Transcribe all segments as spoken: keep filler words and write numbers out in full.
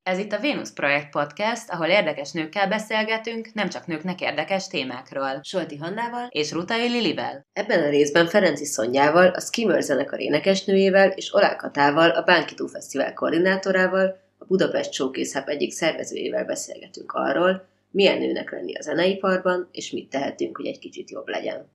Ez itt a Vénusz Projekt Podcast, ahol érdekes nőkkel beszélgetünk, nem csak nőknek érdekes témákról. Solti Hannával és Rutai Lilivel. Ebben a részben Ferenci Szonyával, a Skimmer zenekar énekesnőjével és Olá Katával, a Bánkitó Fesztivál koordinátorával, a Budapest Showcase Hub egyik szervezőjével beszélgetünk arról, milyen nőnek lenni a zeneiparban, és mit tehetünk, hogy egy kicsit jobb legyen.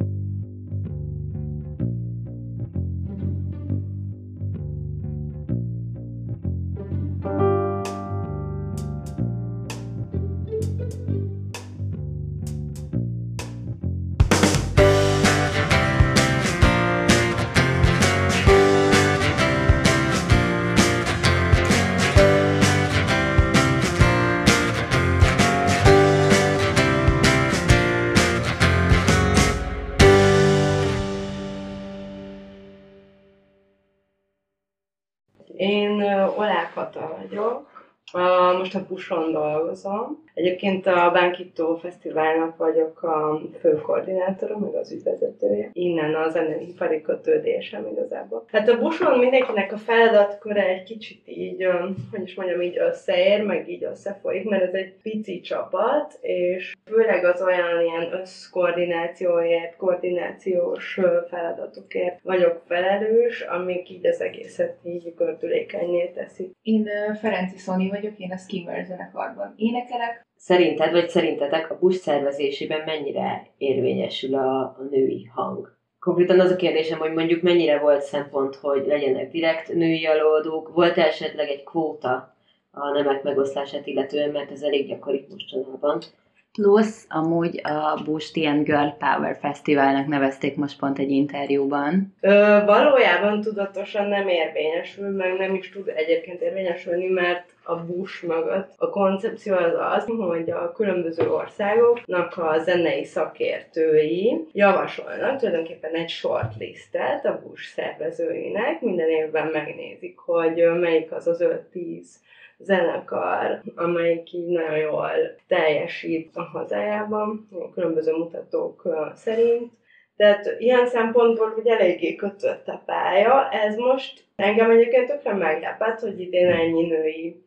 Én Olá Kata vagyok, a, most a Buson dolgozom. Egyébként a Bánkitó Fesztiválnak vagyok a fő koordinátora, meg az ügyvezetője. Innen a zeneipari kötődésem igazából. Hát a Buson mindenkinek a feladatkora egy kicsit így, hogy is mondjam, így összeér, meg így összefolyik, mert ez egy pici csapat, és főleg az olyan ilyen összkoordinációért, koordinációs feladatokért vagyok felelős, amik így az egészet így gördülékenyné teszik. Én Ferenci Szoni vagyok, én a Skimmer zenekarban énekelek. Szerinted, vagy szerintetek a Bush szervezésében mennyire érvényesül a, a női hang? Konkrétan az a kérdésem, hogy mondjuk mennyire volt szempont, hogy legyenek direkt női előadók, volt esetleg egy kvóta a nemek megoszlását illetően, mert ez elég gyakori mostanában. Plusz amúgy a Bush ilyen Girl Power Fesztiválnak nevezték most pont egy interjúban. Ö, valójában tudatosan nem érvényesül, meg nem is tud egyébként érvényesülni, mert a Bush mögött a koncepció az az, hogy a különböző országoknak a zenei szakértői javasolnak tulajdonképpen egy shortlistet a Bush szervezőinek. Minden évben megnézik, hogy melyik az az öt-tíz zenekar, amelyik így nagyon jól teljesít a hazájában, a különböző mutatók szerint. Tehát ilyen szempontból ugye eléggé kötött a pálya. Ez most engem egyébként tökre meglepett, hogy idén ennyi női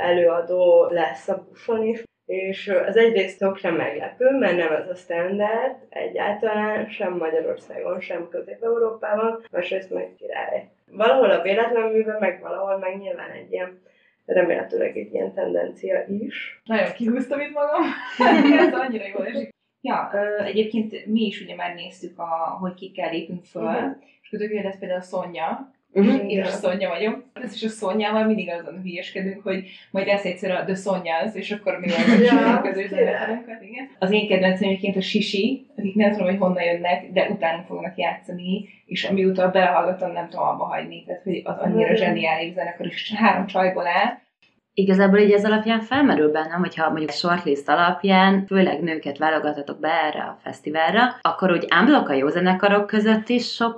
előadó lesz a Buson is, és ez egyrészt tökre meglepő, mert nem ez a standard egyáltalán, sem Magyarországon, sem Közép-Európában, másrészt meg király. Valahol a véletlen műve, meg valahol meg nyilván egy ilyen, remélhetőleg egy ilyen tendencia is. Nagyon kihúztam itt magam, ez annyira jól esik. Ja, egyébként mi is ugye már néztük, a, hogy kikkel lépünk föl, uh-huh. és akkor lesz például a Szonya, uh-huh. én is a Szonya vagyok. Ez is a Szonyával mindig azon hülyeskedünk, hogy majd lesz egyszer a The Sonyas, és akkor mi van a közös zenekarunkat, igen. Az én kedvencem egyébként a Sisi, akik nem tudom, hogy honnan jönnek, de utánunk fognak játszani, és amióta belehallgatom, nem tudom abba hagyni, tehát hogy az annyira uh-huh. zseniális zenekar, és három csajból áll. Igazából így ez alapján felmerül bennem, hogyha mondjuk a shortlist alapján főleg nőket válogatatok be erre a fesztiválra, akkor úgy unblock a jó zenekarok között is sok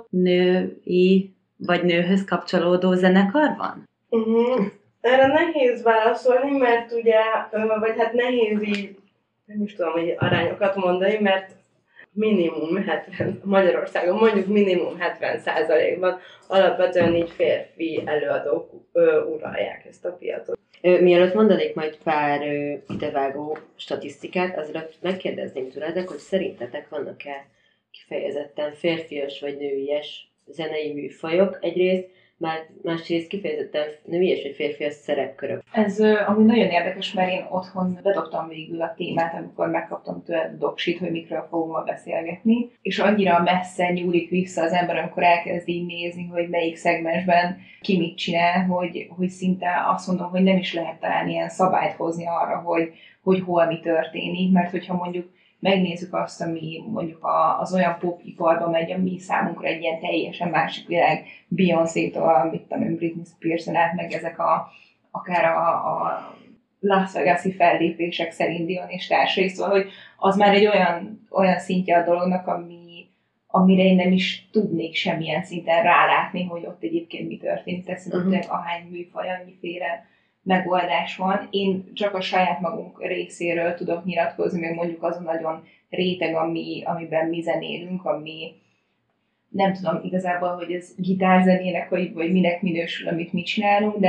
női vagy nőhöz kapcsolódó zenekar van? Uh-huh. Erre nehéz válaszolni, mert ugye, vagy hát nehéz így, nem is tudom, hogy arányokat mondani, mert minimum hetven, Magyarországon mondjuk minimum hetven százalékban alapvetően így férfi előadók ö, uralják ezt a piacot. Mielőtt mondanék majd pár ö, idevágó statisztikát, azért megkérdezném tőletek, hogy szerintetek vannak-e kifejezetten férfias vagy nőies zenei műfajok egyrészt, már másrészt kifejezetten nőies vagy férfias szerepkörök. Ez uh, ami nagyon érdekes, mert én otthon bedobtam végül a témát, amikor megkaptam tőle a doksit, hogy mikről fogunk ma beszélgetni, és annyira messze nyúlik vissza az ember, amikor elkezd így nézni, hogy melyik szegmensben ki mit csinál, hogy, hogy szinte azt mondom, hogy nem is lehet talán ilyen szabályt hozni arra, hogy, hogy hol mi történik, mert hogyha mondjuk megnézzük azt, ami mondjuk az olyan popiparba megy, ami számunkra egy ilyen teljesen másik világ, Beyoncé-tól, mit tudom én, Britney Spears-en át, meg ezek a, akár a, a Las Vegas-i fellépések, Celine Dion és társai, szóval, hogy az már egy olyan, olyan szintje a dolognak, ami, amire én nem is tudnék semmilyen szinten rálátni, hogy ott egyébként mi történik, teszünk, uh-huh. hogy ahány műfaj, annyiféle megoldás van. Én csak a saját magunk részéről tudok nyilatkozni, meg mondjuk az a nagyon réteg, ami, amiben mi zenélünk, ami nem tudom igazából, hogy ez gitárzenének, vagy, vagy minek minősül, amit mi csinálunk, de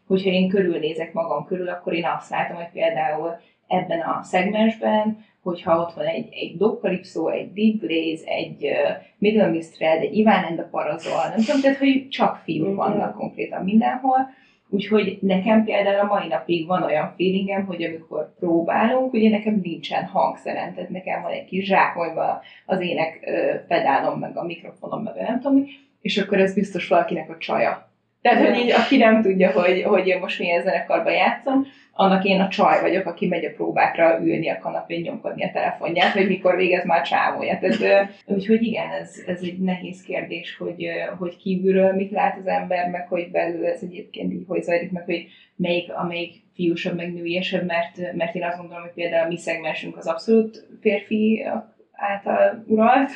hogyha én körülnézek magam körül, akkor én azt látom, hogy például ebben a szegmensben, hogyha ott van egy, egy Doc Calypso, egy Deep Blaze, egy uh, Middle Mistral, egy Ivan and a Parazol, nem tudom, tehát hogy csak fiúk vannak konkrétan mindenhol. Úgyhogy nekem például a mai napig van olyan feelingem, hogy amikor próbálunk, ugye nekem nincsen hangszerem, tehát nekem van egy kis zsákonyban az ének uh, pedálom, meg a mikrofonom, meg a nem tudom, és akkor ez biztos valakinek a csaja. Tehát, hogy így, aki nem tudja, hogy, hogy én most milyen zenekarban játszom, annak én a csaj vagyok, aki megy a próbákra ülni a kanapén, nyomkodni a telefonját, hogy mikor végez már a csávója. Tehát, úgyhogy igen, ez, ez egy nehéz kérdés, hogy, hogy kívülről mit lát az ember, meg hogy belül ez egyébként így hogy zajlik, meg hogy melyik, amelyik fiúsabb, meg nőiesebb, mert, mert én azt gondolom, hogy például a mi szegmensünk az abszolút férfi által uralt,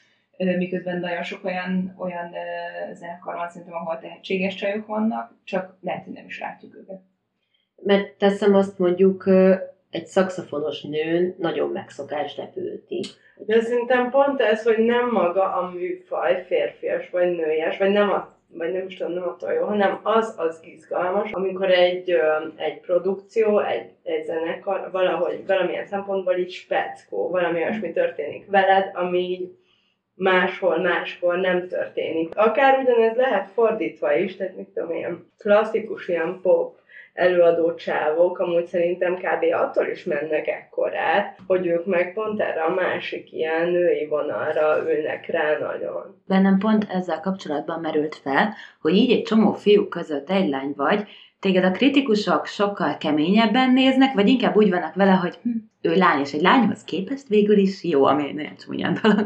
miközben nagyon sok olyan, olyan zenekar van szerintem, ahol tehetséges csajok vannak, csak lehet, hogy nem is látjuk őket. Mert teszem azt mondjuk, egy szaxofonos nőn nagyon megszokás lepődni. De szerintem pont ez, hogy nem maga a műfaj, férfias vagy nőies, vagy nem a vagy nem is tudom, nem attól jó, hanem az az izgalmas, amikor egy, egy produkció, egy, egy zenekar valahogy valamilyen szempontból így speckó, valami olyasmi történik veled, ami máshol, máskor nem történik. Akár ugyanez lehet fordítva is, tehát mit tudom, ilyen klasszikus, ilyen pop előadó csávok, amúgy szerintem kb. Attól is mennek ekkorát, hogy ők meg pont erre a másik ilyen női vonalra ülnek rá nagyon. Bennem pont ezzel kapcsolatban merült fel, hogy így egy csomó fiúk között egy lány vagy, téged a kritikusok sokkal keményebben néznek, vagy inkább úgy vannak vele, hogy hm, ő lány, és egy lányhoz képest végül is jó, ami egy nagyon csúnyán dolog.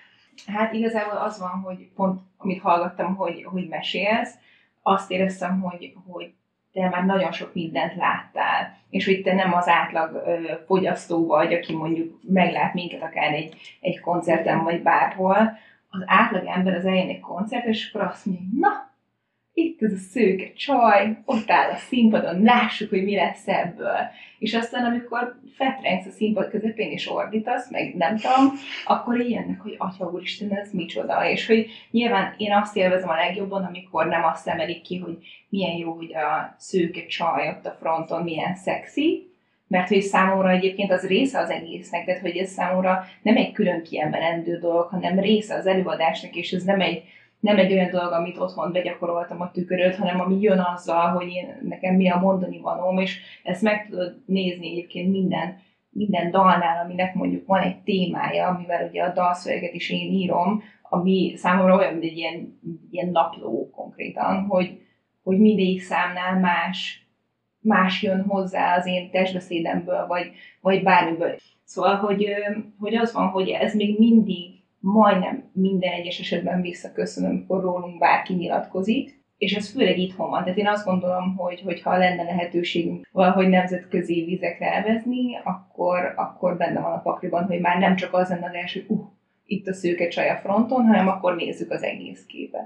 Hát igazából az van, hogy pont amit hallgattam, hogy, hogy mesélsz, azt éreztem, hogy, hogy te már nagyon sok mindent láttál, és hogy te nem az átlag ö, fogyasztó vagy, aki mondjuk meglát minket akár egy, egy koncerten vagy bárhol. Az átlag ember az eljön egy koncertre, és akkor azt mondja, na, itt ez a szőke csaj, ott áll a színpadon, lássuk, hogy mi lesz ebből. És aztán, amikor fetrengsz a színpad közepén és ordítasz, meg nem tudom, akkor ilyennek, hogy atya úristen, ez micsoda. És hogy nyilván én azt élvezem a legjobban, amikor nem azt emelik ki, hogy milyen jó, hogy a szőke csaj ott a fronton milyen szexi, mert hogy számomra egyébként az része az egésznek, tehát hogy ez számomra nem egy külön kiemelendő dolog, hanem része az előadásnak, és ez nem egy nem egy olyan dolog, amit otthon begyakoroltam a tüköröt, hanem ami jön azzal, hogy én, nekem mi a mondani valóm, és ezt meg tudod nézni egyébként minden, minden dalnál, aminek mondjuk van egy témája, amivel ugye a dalszöveget is én írom, ami számomra olyan, mint egy ilyen, ilyen napló konkrétan, hogy, hogy mindegyik számnál más, más jön hozzá az én testbeszédemből, vagy, vagy bármiből. Szóval, hogy, hogy az van, hogy ez még mindig majdnem minden egyes esetben visszaköszönöm, amikor rólunk bárki nyilatkozik, és ez főleg itthon van. Tehát én azt gondolom, hogy hogyha lenne lehetőségünk valahogy nemzetközi vizekre elvezni, akkor, akkor benne van a pakliban, hogy már nem csak az lenne az első, hogy uh, itt a szőke csaj a fronton, hanem akkor nézzük az egész képet.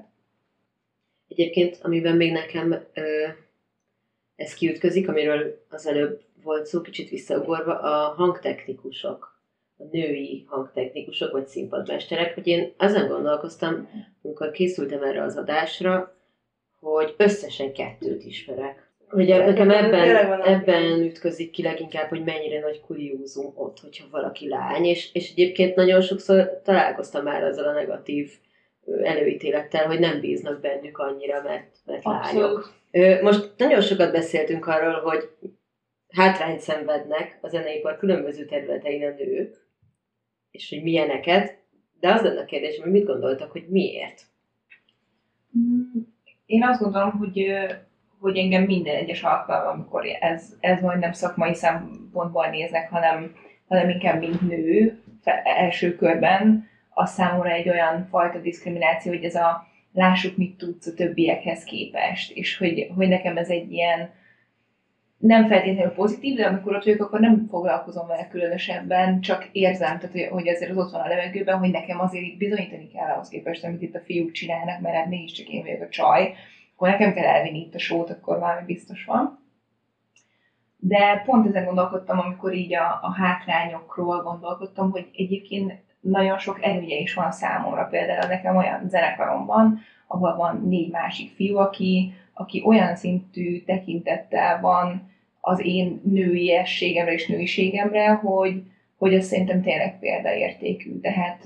Egyébként, amiben még nekem ö, ez kiütközik, amiről az előbb volt szó, kicsit visszaugorva, a hangtechnikusok. A női hangtechnikusok vagy színpadmesterek, hogy én ezen gondolkoztam, amikor készültem erre az adásra, hogy összesen kettőt ismerek. Ugye nekem ebben, ebben ütközik ki leginkább, hogy mennyire nagy kuriózum ott, hogyha valaki lány, és, és egyébként nagyon sokszor találkoztam már azzal a negatív előítélettel, hogy nem bíznak bennük annyira, mert, mert lányok. Most nagyon sokat beszéltünk arról, hogy hátrányt szenvednek a zeneipar különböző területein a nők, és hogy milyeneket, de az lenne a kérdésem, hogy mit gondoltak, hogy miért? Én azt gondolom, hogy, hogy engem minden egyes alkalommal, amikor ez, ez majd nem szakmai szempontból néznek, hanem, hanem inkább mint nő első körben, az számomra egy olyan fajta diszkrimináció, hogy ez a lássuk, mit tudsz a többiekhez képest, és hogy, hogy nekem ez egy ilyen nem feltétlenül pozitív, de amikor ott vagyok, akkor nem foglalkozom vele különösebben, csak érzem, tehát, hogy ezért az ott van a levegőben, hogy nekem azért itt bizonyítani kell ahhoz képest, amit itt a fiúk csinálnak, mert hát mégiscsak én vagyok a csaj, akkor nekem kell elvinni itt a sót, akkor valami biztos van. De pont ezen gondolkodtam, amikor így a, a hátrányokról gondolkodtam, hogy egyébként nagyon sok előnye is van számomra. Például nekem olyan zenekarom van, ahol van négy másik fiú, aki, aki olyan szintű tekintettel van az én nőiességemre és nőiségemre, hogy, hogy az szerintem tényleg példaértékű. Tehát,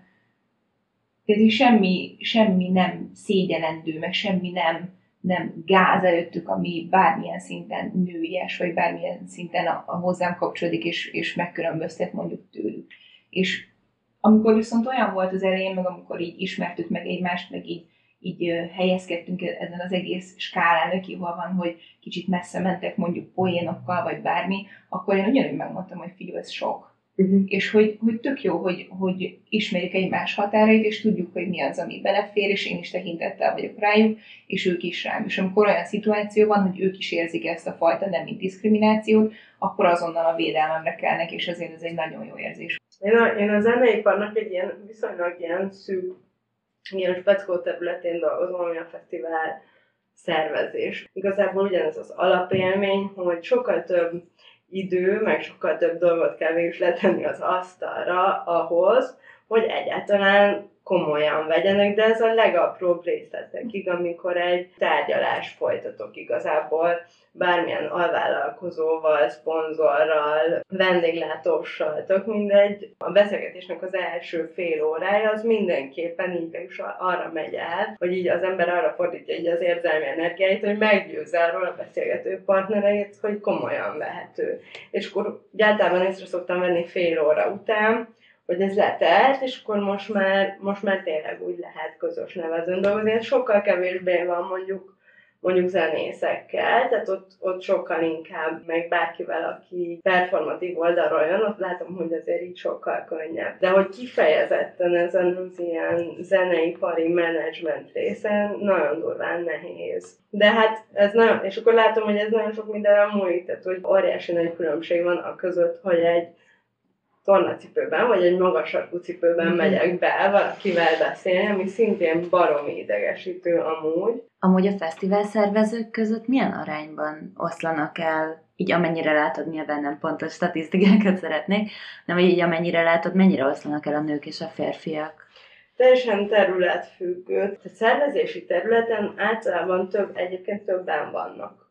tehát semmi, semmi nem szégyenendő, meg semmi nem, nem gáz előttük, ami bármilyen szinten nőies, vagy bármilyen szinten a, a hozzám kapcsolódik, és, és megkülönböztet mondjuk tőlük. És amikor viszont olyan volt az elején, meg amikor így ismertük meg egymást, meg így, így helyezkedtünk ezen az egész skálán, aki hol van, hogy kicsit messze mentek mondjuk poénokkal, vagy bármi, akkor én ugyanúgy megmondtam, hogy figyelj, ez sok. Uh-huh. És hogy, hogy tök jó, hogy, hogy ismerjük egymás határait, és tudjuk, hogy mi az, ami belefér, és én is tekintettel vagyok rájuk, és ők is rám. És amikor olyan szituáció van, hogy ők is érzik ezt a fajta nem mint diszkriminációt, akkor azonnal a védelmemre kelnek, és ezért ez egy nagyon jó érzés. Én a, én a zeneiparnak egy ilyen viszonylag ilyen szűk, ilyen speckó területén dolgozom, ami a fesztivál szervezés. Igazából ugyanez az alapélmény, hogy sokkal több idő, meg sokkal több dolgot kell végül letenni az asztalra ahhoz, hogy egyáltalán komolyan vegyenek, de ez a legapróbb részletekig, amikor egy tárgyalás folytatok igazából bármilyen alvállalkozóval, szponzorral, vendéglátóssal, tök mindegy. A beszélgetésnek az első fél órája az mindenképpen így is arra megy el, hogy így az ember arra fordítja így az érzelmi energiáit, hogy meggyőzze arról a beszélgető partnereit, hogy komolyan vehető. És akkor általában észre szoktam venni fél óra után, hogy ez letelt, és akkor most már, most már tényleg úgy lehet közös nevezőn dolgozni. Ez sokkal kevésbé van mondjuk mondjuk zenészekkel, tehát ott, ott sokkal inkább, meg bárkivel, aki performatív oldalról jön, ott látom, hogy azért így sokkal könnyebb. De hogy kifejezetten ezen az ilyen zeneipari menedzsment részen nagyon durván nehéz. De hát ez nagyon, és akkor látom, hogy ez nagyon sok minden múlik, tehát hogy óriási nagy különbség van a között, hogy egy tornacipőben, vagy egy magas sarkú cipőben mm-hmm. megyek be valakivel beszélni, ami szintén baromi idegesítő amúgy. Amúgy a fesztivál szervezők között milyen arányban oszlanak el, így amennyire látod, nyilván nem pontos statisztikákat szeretnék, de hogy így amennyire látod, mennyire oszlanak el a nők és a férfiak? Teljesen területfüggő. Tehát szervezési területen általában több, egyébként többen vannak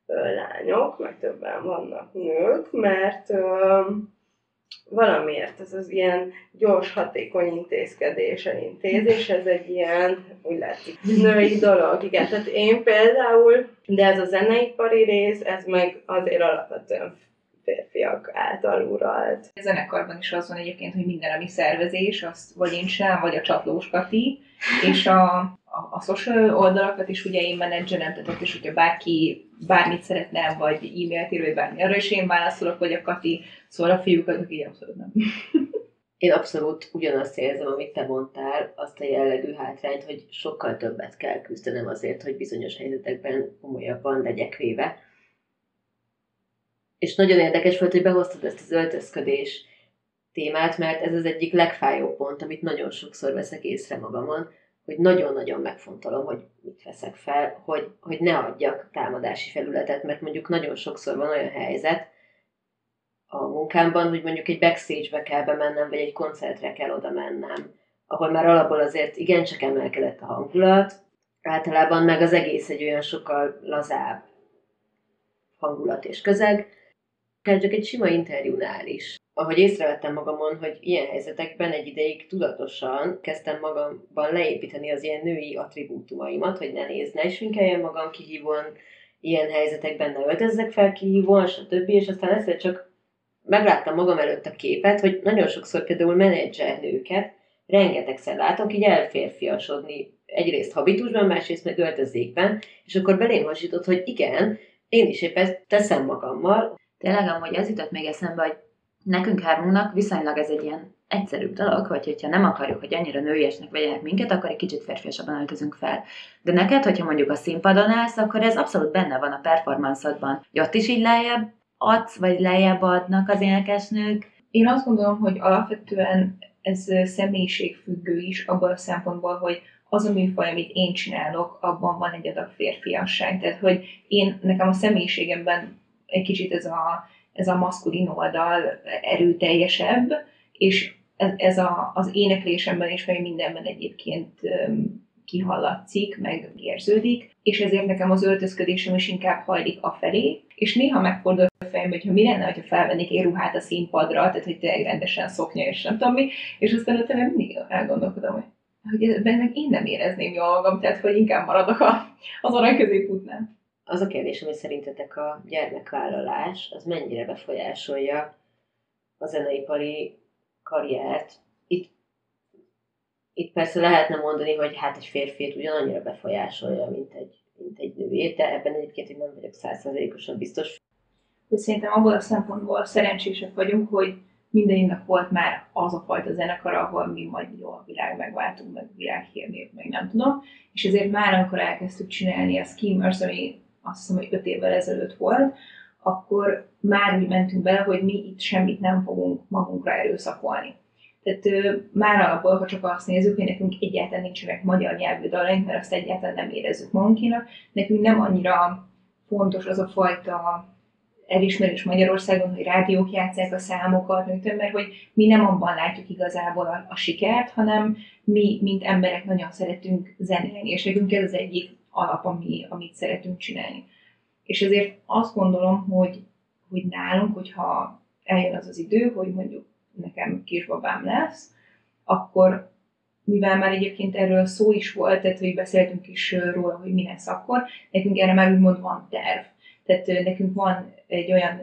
lányok, meg többen vannak nők, mert valamiért ez az ilyen gyors, hatékony intézkedés elintézés, ez egy ilyen, úgy látszik, női dolog. Igen, tehát én például, de ez a zeneipari rész, ez meg azért alapvetően férfiak által uralt. A zenekarban is az van egyébként, hogy minden, ami szervezés, azt vagy én sem, vagy a Csatlós Kati, és a, a, a social oldalakat is ugye én menedzserem, tehát ott is, hogyha bárki bármit szeretne, vagy e-mailt ír, vagy bármi, arra is én válaszolok, vagy a Kati, szóval a fiúkat, akik így abszolút nem. Én abszolút ugyanazt érzem, amit te mondtál, azt a jellegű hátrányt, hogy sokkal többet kell küzdenem azért, hogy bizonyos helyzetekben komolyabban legyek véve. És nagyon érdekes volt, hogy behoztad ezt az öltözködés témát, mert ez az egyik legfájóbb pont, amit nagyon sokszor veszek észre magamon, hogy nagyon-nagyon megfontolom, hogy mit veszek fel, hogy, hogy ne adjak támadási felületet, mert mondjuk nagyon sokszor van olyan helyzet a munkámban, hogy mondjuk egy backstage-be kell bemennem, vagy egy koncertre kell oda mennem, ahol már alapból azért igencsak emelkedett a hangulat, általában meg az egész egy olyan sokkal lazább hangulat és közeg, akár csak egy sima interjúnál is. Ahogy észrevettem magamon, hogy ilyen helyzetekben egy ideig tudatosan kezdtem magamban leépíteni az ilyen női attribútumaimat, hogy ne nézz, ne sminkeljem magam kihívóan, ilyen helyzetekben ne öltözzek fel kihívóan, stb. És aztán egyszer csak megláttam magam előtt a képet, hogy nagyon sokszor például menedzser nőket rengetegszer látok így elférfiasodni, egyrészt habitusban, másrészt meg öltözékben, és akkor belém hasított, hogy igen, én is épp ezt teszem magammal. Tényleg amúgy ez jutott még eszembe, hogy nekünk hármunknak viszonylag ez egy ilyen egyszerűbb dolog, hogy hogyha nem akarjuk, hogy annyira nőiesnek vegyenek minket, akkor egy kicsit férfiasabban öltözünk fel. De neked, hogyha mondjuk a színpadon állsz, akkor ez abszolút benne van a performance-odban. Ott is így lejjebb adsz, vagy lejjebb adnak az énekesnők? Én azt gondolom, hogy alapvetően ez személyiségfüggő is abban a szempontból, hogy az a műfaj, amit én csinálok, abban van egy adag férfiasság. Tehát, hogy én, nekem a személyiségemben egy kicsit ez a, ez a maszkulin oldal erőteljesebb, és ez, ez a, az éneklésemben és meg mindenben egyébként kihallatszik, meg érződik, és ezért nekem az öltözködésem is inkább hajlik afelé, és néha megfordul a fejembe, hogy ha mi lenne, ha felvennék egy ruhát a színpadra, tehát hogy tényleg rendesen szoknya, és nem tudom mi, és aztán utána mindig elgondolkodom, hogy, hogy ebben meg én nem érezném jól magam, tehát hogy inkább maradok a, az arany középútnál. Az a kérdésem, hogy szerintetek a gyermekvállalás az mennyire befolyásolja a zeneipari karriert. Itt, itt persze lehetne mondani, hogy hát egy férfit ugyanannyira befolyásolja, mint egy, mint egy nőét, de ebben egyébként én nem vagyok százszerzalékosan biztos. Szerintem abból a szempontból szerencsések vagyunk, hogy mindenkinek volt már az a fajta zenekar, ahol mi majd jó a világ megváltunk, meg világhírnév, meg nem tudom. És ezért már amikor elkezdtük csinálni a Schemers, ami azt hiszem, hogy öt évvel ezelőtt volt, akkor már úgy mentünk bele, hogy mi itt semmit nem fogunk magunkra erőszakolni. Tehát ö, már alapból, ha csak azt nézzük, hogy nekünk egyáltalán nincsenek magyar nyelvű dalaink, mert azt egyáltalán nem érezzük magunkinak, nekünk nem annyira fontos az a fajta elismerés Magyarországon, hogy rádiók játsszák a számokat, mert hogy mi nem abban látjuk igazából a, a sikert, hanem mi, mint emberek nagyon szeretünk zenélni, és nekünk ez az egyik alap, ami, amit szeretünk csinálni. És ezért azt gondolom, hogy, hogy nálunk, hogyha eljön az az idő, hogy mondjuk nekem kisbabám lesz, akkor, mivel már egyébként erről szó is volt, tehát hogy beszéltünk is róla, hogy mi lesz akkor, nekünk erre már úgymond van terv. Tehát nekünk van egy olyan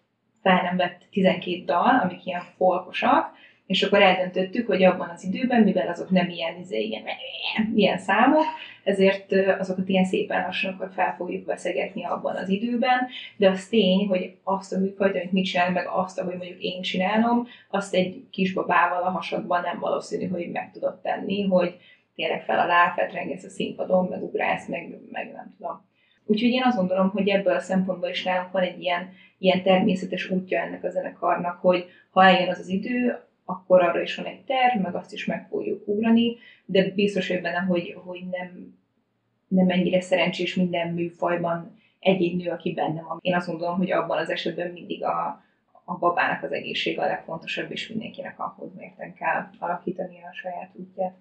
fel nem vett tizenkét dal, amik ilyen folkosak, és akkor eldöntöttük, hogy abban az időben, mivel azok nem ilyen, ilyen, ilyen számok, ezért azokat ilyen szépen lassan akkor fel fogjuk veszegetni abban az időben, de az tény, hogy azt a műfajt, amit mit csinál, meg azt, ahogy mondjuk én csinálom, azt egy kisbabával a hasadban nem valószínű, hogy meg tudod tenni, hogy tényleg fel alá, fetrengesz a színpadon, meg ugrálsz, meg, meg nem tudom. Úgyhogy én azt gondolom, hogy ebből a szempontból is nálunk van egy ilyen, ilyen természetes útja ennek a zenekarnak, hogy ha eljön az az idő, akkor arra is van egy terv, meg azt is meg fogjuk ugrani, de biztos vagy benne, hogy, hogy nem, nem ennyire szerencsés minden műfajban egy-egy nő, aki benne van. Én azt gondolom, hogy abban az esetben mindig a, a babának az egészsége a legfontosabb, és mindenkinek ahhoz mérten kell alakítani a saját útját.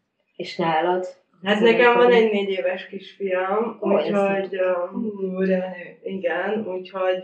És nálad? Hát nekem van egy négy éves kisfiam, oh, úgyhogy... Uh, igen, úgyhogy...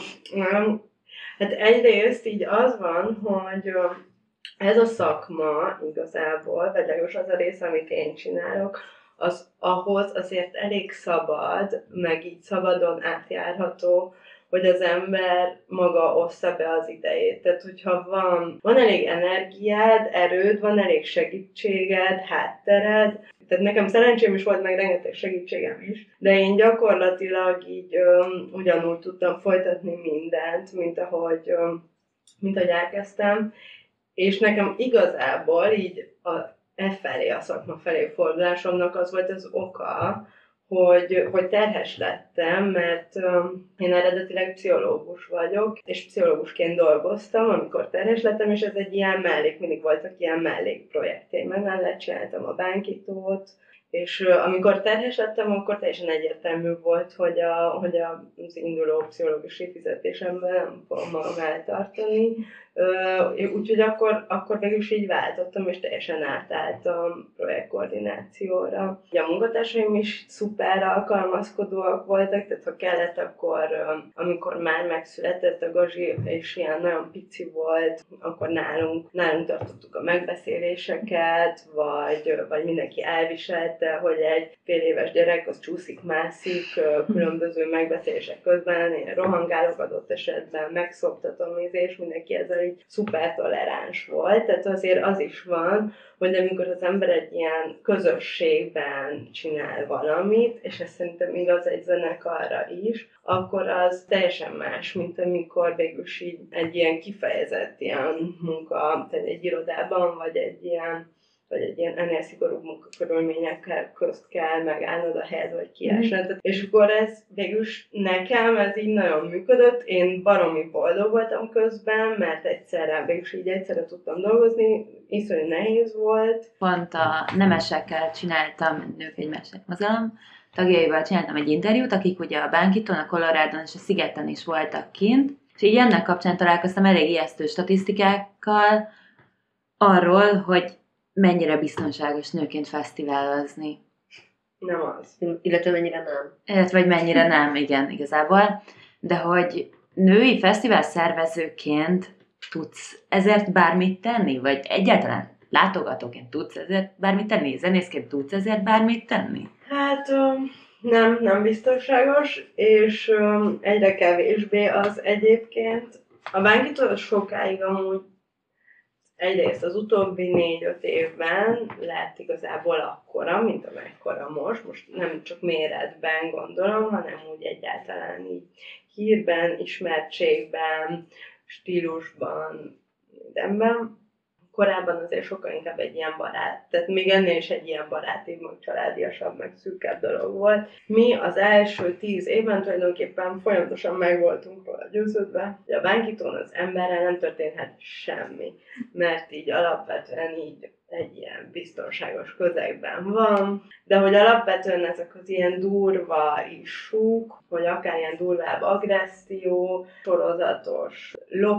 Uh, hát egyrészt így az van, hogy uh, ez a szakma igazából, vagy legalábbis az a rész, amit én csinálok, az ahhoz azért elég szabad, meg így szabadon átjárható, hogy az ember maga ossza be az idejét. Tehát, hogyha van, van elég energiád, erőd, van elég segítséged, háttered. Tehát nekem szerencsém is volt, meg rengeteg segítségem is, de én gyakorlatilag így öm, ugyanúgy tudtam folytatni mindent, mint ahogy, öm, mint ahogy elkezdtem. És nekem igazából így a e felé, a szakma felé fordulásomnak az volt az oka, hogy, hogy terhes lettem, mert um, én eredetileg pszichológus vagyok, és pszichológusként dolgoztam, amikor terhes lettem, és ez egy ilyen mellék, mindig voltak ilyen mellékprojektjeim. Meg mellett csináltam a bánkítót, és uh, amikor terhes lettem, akkor teljesen egyértelmű volt, hogy, a, hogy a, az induló pszichológusi fizetésemben nem fogom magam eltartani. Uh, úgyhogy akkor, akkor végül is így váltottam, és teljesen átálltam projektkoordinációra. A munkatársaim is szuper alkalmazkodóak voltak, tehát ha kellett, akkor uh, amikor már megszületett a Gazi, és ilyen nagyon pici volt, akkor nálunk, nálunk tartottuk a megbeszéléseket, vagy, vagy mindenki elviselte, hogy egy fél éves gyerek az csúszik, mászik uh, különböző megbeszélések közben, én rohangálok adott esetben, megszoptatom, és mindenki ezzel így szuper toleráns volt, tehát azért az is van, hogy amikor az ember egy ilyen közösségben csinál valamit, és ez szerintem igaz egy zenekarra is, akkor az teljesen más, mint amikor végülis így egy ilyen kifejezett ilyen munka, tehát egy irodában, vagy egy ilyen vagy egy ilyen ennél szigorúbb munkakörülményekkel közt kell megállnod a helyed, vagy kiesned. Mm. És akkor ez végülis nekem ez így nagyon működött, én baromi boldog voltam közben, mert egyszerre, végülis így egyszerre tudtam dolgozni, iszonyú nehéz volt. Pont a nemesekkel csináltam, Nők egy Mesemozgalom tagjaival csináltam egy interjút, akik ugye a Bánkitón, a Colorádon és a Szigeten is voltak kint, és így ennek kapcsán találkoztam elég ijesztő statisztikákkal arról, hogy mennyire biztonságos nőként fesztiválozni. Nem az. Illetve mennyire nem. Illetve, vagy mennyire nem, igen, igazából. De hogy női fesztivál szervezőként tudsz ezért bármit tenni? Vagy egyáltalán látogatóként tudsz ezért bármit tenni? Zenészként tudsz ezért bármit tenni? Hát nem, nem biztonságos, és egyre kevésbé az egyébként. A bánkitól sokáig amúgy egyrészt az utóbbi négy-öt évben lett igazából akkora, mint amekkora most. Most nem csak méretben gondolom, hanem úgy egyáltalán így hírben, ismertségben, stílusban, mindenben. Korábban azért sokkal inkább egy ilyen barát, tehát még ennél is egy ilyen barátibb, meg családiasabb, meg szűkebb dolog volt. Mi az első tíz évben tulajdonképpen folyamatosan meg voltunk róla győződve, hogy a bánkitón az emberrel nem történhet semmi, mert így alapvetően így egy ilyen biztonságos közegben van, de hogy alapvetően ezek az ilyen durva isúk, vagy akár ilyen durvább agresszió, sorozatos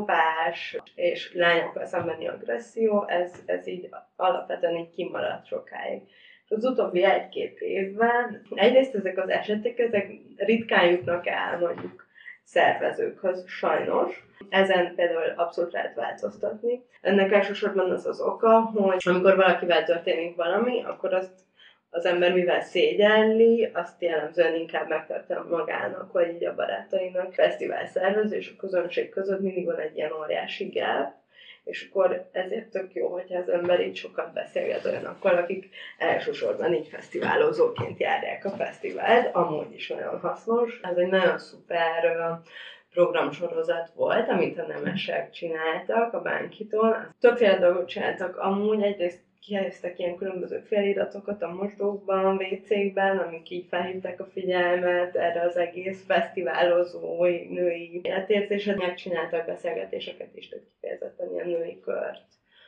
lopás és lányokkal szembeni agresszió, ez, ez így alapvetően így kimaradt sokáig. És az utóbbi egy-két évben egyrészt ezek az esetek, ezek ritkán jutnak el mondjuk szervezőkhöz, sajnos. Ezen például abszolút lehet változtatni. Ennek elsősorban az az oka, hogy amikor valakivel történik valami, akkor azt az ember mivel szégyelli, azt jellemzően inkább megtartja magának, vagy így a barátainak. Fesztivál szervező és a közönség között mindig van egy ilyen óriási gap, és akkor ezért tök jó, hogyha az ember így sokat beszélget olyanokkal, akik elsősorban így fesztiválozóként járják a fesztivált, amúgy is nagyon hasznos. Ez egy nagyon szuper programsorozat volt, amit a nemesek csináltak a Bánkiton. Többféle dolgot csináltak amúgy, egyrészt kihelyeztek ilyen különböző feliratokat a mosdókban, vécékben, amik így felhívták a figyelmet erre az egész fesztiválozói női életérzésre. Megcsináltak beszélgetéseket is, tehát kifejezetten ilyen női kört,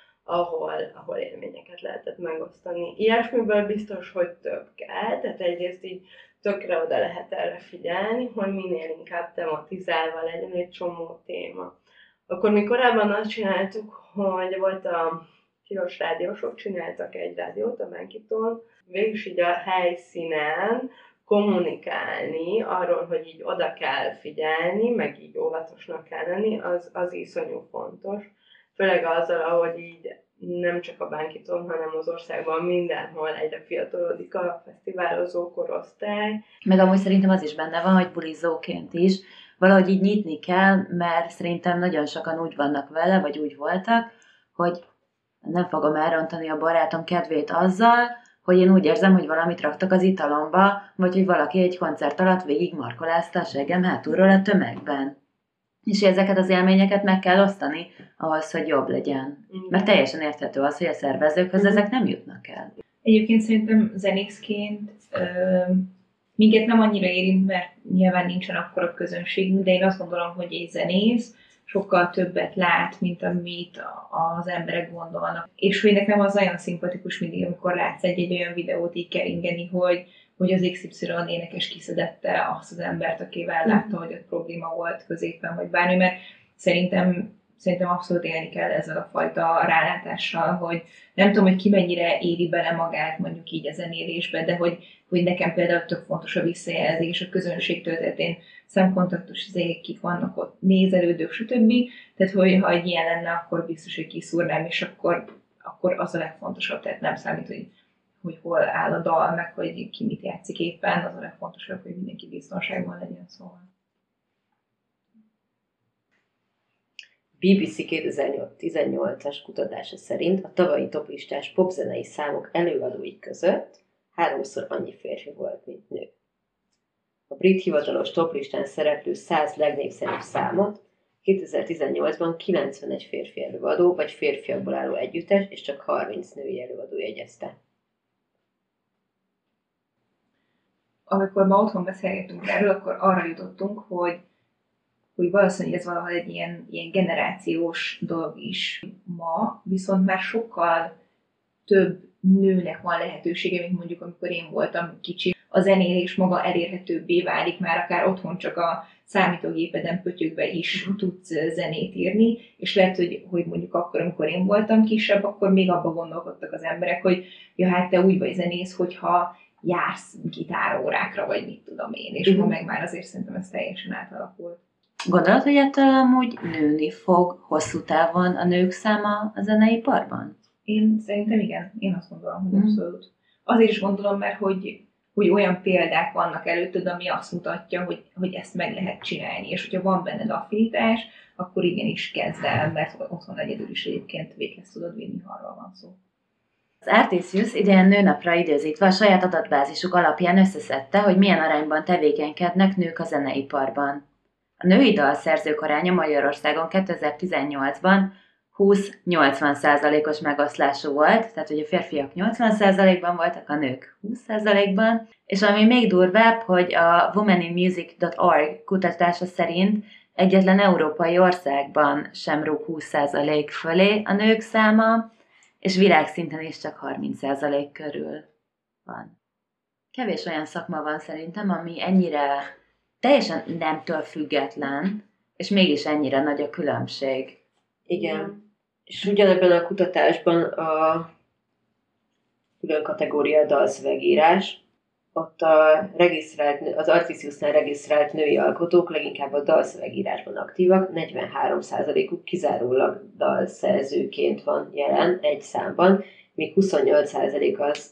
ahol, ahol élményeket lehetett megosztani. Ilyesmiből biztos, hogy több kell, tehát egyrészt így tökre oda lehet erre figyelni, hogy minél inkább tematizálva legyen egy csomó téma. Akkor mi korábban azt csináltuk, hogy volt a Tilos rádiósok, csináltak egy rádiót a Bánkiton, végülis így a helyszínen kommunikálni arról, hogy így oda kell figyelni, meg így óvatosnak kell lenni, az, az iszonyú fontos. Főleg azzal, ahogy így nem csak a Bánkiton, hanem az országban mindenhol egyre fiatalodik a fesztiválozó korosztály. Meg amúgy szerintem az is benne van, hogy bulizóként is valahogy így nyitni kell, mert szerintem nagyon sokan úgy vannak vele, vagy úgy voltak, hogy nem fogom elrontani a barátom kedvét azzal, hogy én úgy érzem, hogy valamit raktak az italomba, vagy hogy valaki egy koncert alatt végig markolázta a seggem hátulról a tömegben. És ezeket az élményeket meg kell osztani ahhoz, hogy jobb legyen. Mert teljesen érthető az, hogy a szervezőkhöz ezek nem jutnak el. Egyébként szerintem zenészként ö, minket nem annyira érint, mert nyilván nincsen akkora közönségünk, de én azt gondolom, hogy egy zenész sokkal többet lát, mint amit az emberek gondolnak. És hogy nekem az nagyon szimpatikus mindig, amikor látsz egy-egy olyan videót így keringeni, hogy, hogy az iksz ipszilon énekes kiszedette azt az embert, akivel látta, hogy ott probléma volt középen, vagy bármi, mert szerintem, szerintem abszolút élni kell ezzel a fajta rálátással, hogy nem tudom, hogy ki mennyire éri bele magát mondjuk így a zenélésbe, de hogy, hogy nekem például tök fontos a visszajelzés, a közönségtől, tehát én szemkontaktus izék, kik vannak ott, nézelődők, stb. Tehát, hogy ha egy ilyen lenne, akkor biztos, hogy kiszúrnám, és akkor, akkor az a legfontosabb, tehát nem számít, hogy, hogy hol áll a dal, meg hogy ki mit játszik éppen, az a legfontosabb, hogy mindenki biztonságban legyen, szóval. bé bé cé kétezer-tizennyolcas kutatása szerint a tavalyi toplistás popzenei számok előadói között háromszor annyi férfi volt, mint nő. A brit hivatalos toplistán szereplő száz legnépszerűbb számot kétezer-tizennyolcban kilencvenegy férfi előadó vagy férfiakból álló együttes és csak harminc női előadó jegyezte. Amikor ma otthon beszélgettünk erről, akkor arra jutottunk, hogy hogy valószínűleg ez valahogy egy ilyen, ilyen generációs dolog is ma, viszont már sokkal több nőnek van lehetősége, mint mondjuk amikor én voltam kicsi. a zenélés maga elérhetőbbé válik, már akár otthon csak a számítógépeden pötyökbe is tudsz zenét írni, és lehet, hogy, hogy mondjuk akkor, amikor én voltam kisebb, akkor még abba gondolkodtak az emberek, hogy ja, hát te úgy vagy zenész, hogyha jársz gitárórákra, vagy mit tudom én, és uh-huh. ma meg már azért szerintem ez teljesen átalakult. Gondolod, hogy ettől amúgy nőni fog hosszú távon a nők száma a zeneiparban? Én szerintem igen, én azt gondolom, hogy abszolút. Azért is gondolom, mert hogy, hogy olyan példák vannak előtted, ami azt mutatja, hogy, hogy ezt meg lehet csinálni, és hogyha van benned affinitás, akkor igenis kezd el, mert otthon egyedül is egyébként véghez tudod vinni, ha arról van szó. Az Artisius idén nőnapra időzítve a saját adatbázisuk alapján összeszedte, hogy milyen arányban tevékenykednek nők a zeneiparban. A női dalszerzők aránya Magyarországon kétezer-tizennyolcban húsz-nyolcvan százalékos megoszlású volt, tehát hogy a férfiak nyolcvan százalékban voltak, a nők húsz százalékban, és ami még durvább, hogy a women in music dot org kutatása szerint egyetlen európai országban sem rúg húsz százalék fölé a nők száma, és világszinten is csak harminc százalék körül van. Kevés olyan szakma van szerintem, ami ennyire teljesen nemtől független, és mégis ennyire nagy a különbség. Igen. És ugyanebben a kutatásban a külön kategória a dalszövegírás, ott a regisztrált, az Artisiusnál regisztrált női alkotók leginkább a dalszövegírásban aktívak, negyvenhárom százalékuk kizárólag dalszerzőként van jelen egy számban, míg huszonnyolc százalék az,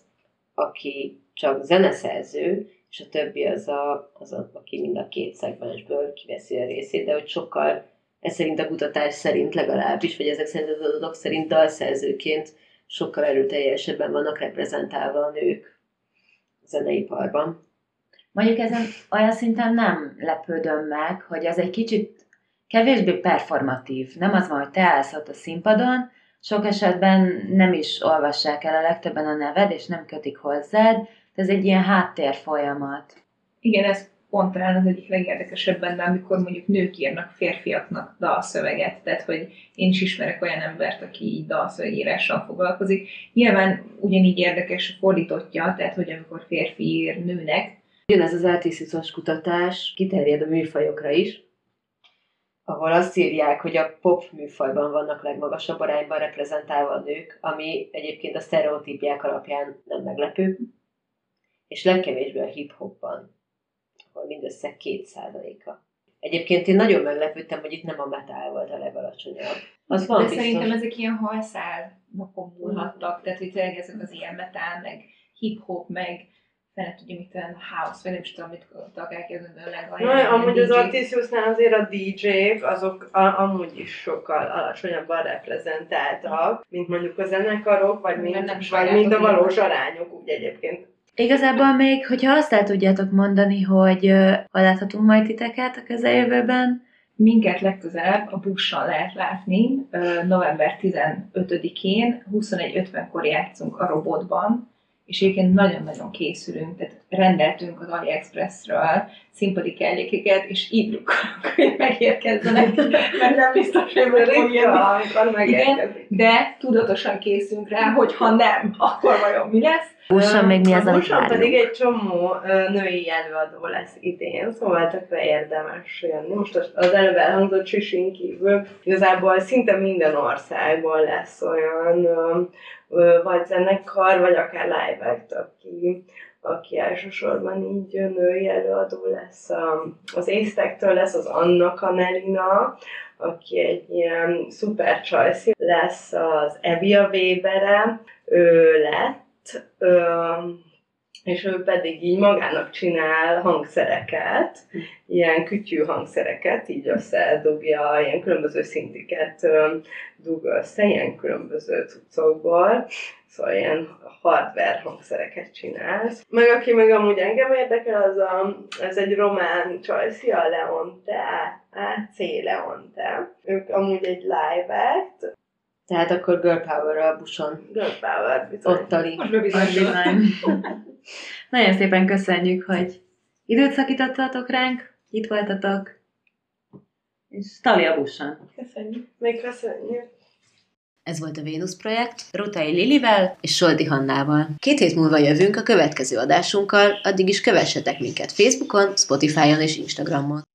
aki csak zeneszerző, és a többi az, a, az a, aki mind a két szegmensből kiveszi a részét, de hogy sokkal, ez szerint a kutatás szerint legalábbis, vagy ezek szerint az adatok szerint dalszerzőként sokkal erőteljesebben vannak reprezentálva a nők a zeneiparban. Mondjuk ezen olyan szinten nem lepődöm meg, hogy ez egy kicsit kevésbé performatív. Nem az van, hogy te állsz ott a színpadon, sok esetben nem is olvassák el a legtöbben a neved, és nem kötik hozzád, de ez egy ilyen háttér folyamat. Igen, ez pont talán az egyik legérdekesebb benne, amikor mondjuk nők írnak férfiaknak dalszöveget, tehát hogy én is ismerek olyan embert, aki így dalszövegírással foglalkozik. Nyilván ugyanígy érdekes fordítottja, tehát hogy amikor férfi ír nőnek. Ugyanez az Artisius kutatás kiterjed a műfajokra is, ahol azt írják, hogy a pop műfajban vannak legmagasabb arányban reprezentálva a nők, ami egyébként a sztereotípiák alapján nem meglepő, és legkevésbé a hip-hopban, ahol mindössze két százaléka. Egyébként én nagyon meglepődtem, hogy itt nem a metal volt a legalacsonyabb. Az van De biztos. szerintem ezek ilyen hajszál napon múlhattak, tehát hogy tényleg ezek az ilyen metal, meg hip-hop, meg fene tudja, mit olyan house, vagy nem is tudom, mit tudtak elkezdeni a legaljára. Na, amúgy az Artisiusnál azért a dé dzsék, azok a, amúgy is sokkal alacsonyabban reprezentáltak, mint mondjuk a zenekarok, vagy mint, nem vagy mint a valós arányok, úgy egyébként. Igazából még, hogyha azt el tudjátok mondani, hogy uh, hol láthatunk majd titeket a közeljövőben, minket legközelebb a buszon lehet látni, november tizenötödikén huszonegy ötvenkor játszunk a Robotban, és egyébként nagyon-nagyon készülünk, tehát rendeltünk az AliExpressről színpadi kellékeket, és így drukkolunk, hogy megérkezzenek, mert nem biztos, hogy meg fog jönni. Igen, de tudatosan készülünk rá, hogy ha nem, akkor vajon mi lesz. Busson még mi az, amit Busson pedig egy csomó női előadó lesz idén, szóval tökre érdemes jönni. Most az előbb elhangzott Sisin kívül, igazából szinte minden országból lesz olyan vagy zenekar, vagy akár live act, aki, aki elsősorban így női előadó lesz. Az Észtektől lesz az Anna Kanelina, aki egy ilyen szuper csajszi, lesz az Evia Webere, ő lett, és ő pedig így magának csinál hangszereket, ilyen kütyű hangszereket, így összedugja, ilyen különböző szintiket dug össze, ilyen különböző cuccokból, szóval ilyen hardware hangszereket csinálsz. Meg aki meg amúgy engem érdekel, az a, ez egy román csajszi, a Leonte, á cé Leonte. Ők amúgy egy live act. Tehát akkor Girl Power a Buson. Girl Power, bizony. Ott Tali. Most bebizonyosodott. Nagyon szépen köszönjük, hogy időt szakítottatok ránk, itt voltatok, és Tali a Buson. Köszönjük. Még köszönjük. Ez volt a Vénusz Projekt, Rutai Lilivel és Solti Hannával. Két hét múlva jövünk a következő adásunkkal, addig is kövessetek minket Facebookon, Spotify-on és Instagramon.